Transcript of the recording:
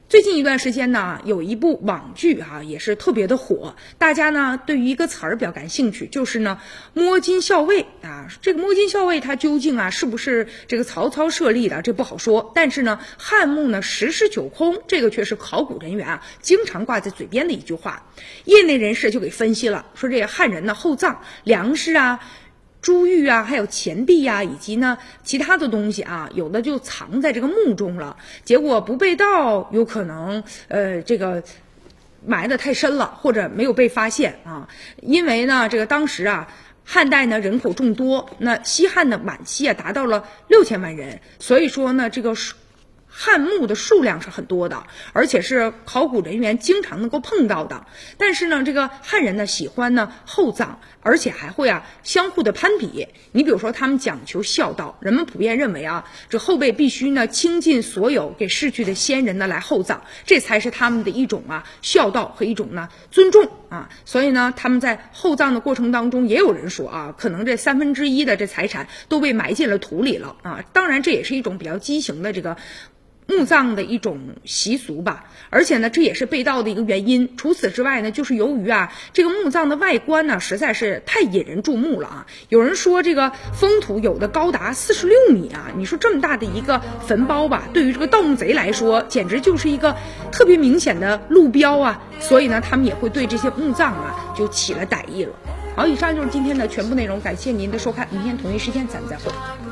最近一段时间呢，有一部网剧也是特别的火，大家呢对于一个词儿比较感兴趣，就是呢摸金校尉啊。这个摸金校尉它究竟是不是这个曹操设立的，这不好说。但是呢，汉墓呢十室九空，这个却是考古人员经常挂在嘴边的一句话。业内人士就给分析了，说这个汉人呢厚葬粮食珠玉还有钱币以及呢其他的东西有的就藏在这个墓中了，结果不被盗，有可能这个埋得太深了，或者没有被发现因为呢这个当时汉代呢人口众多，那西汉的晚期达到了6000万人，所以说呢这个汉墓的数量是很多的，而且是考古人员经常能够碰到的。但是呢，这个汉人呢喜欢呢厚葬，而且还会相互的攀比。你比如说，他们讲求孝道，人们普遍认为这后辈必须呢倾尽所有给逝去的先人呢来厚葬，这才是他们的一种孝道和一种呢尊重所以呢，他们在厚葬的过程当中，也有人说可能这1/3的这财产都被埋进了土里了当然，这也是一种比较畸形的这个墓葬的一种习俗吧，而且呢，这也是被盗的一个原因。除此之外呢，就是由于这个墓葬的外观呢，实在是太引人注目了有人说这个封土有的高达46米你说这么大的一个坟包吧，对于这个盗墓贼来说，简直就是一个特别明显的路标所以呢，他们也会对这些墓葬就起了歹意了。好，以上就是今天的全部内容，感谢您的收看，明天同一时间咱们再会。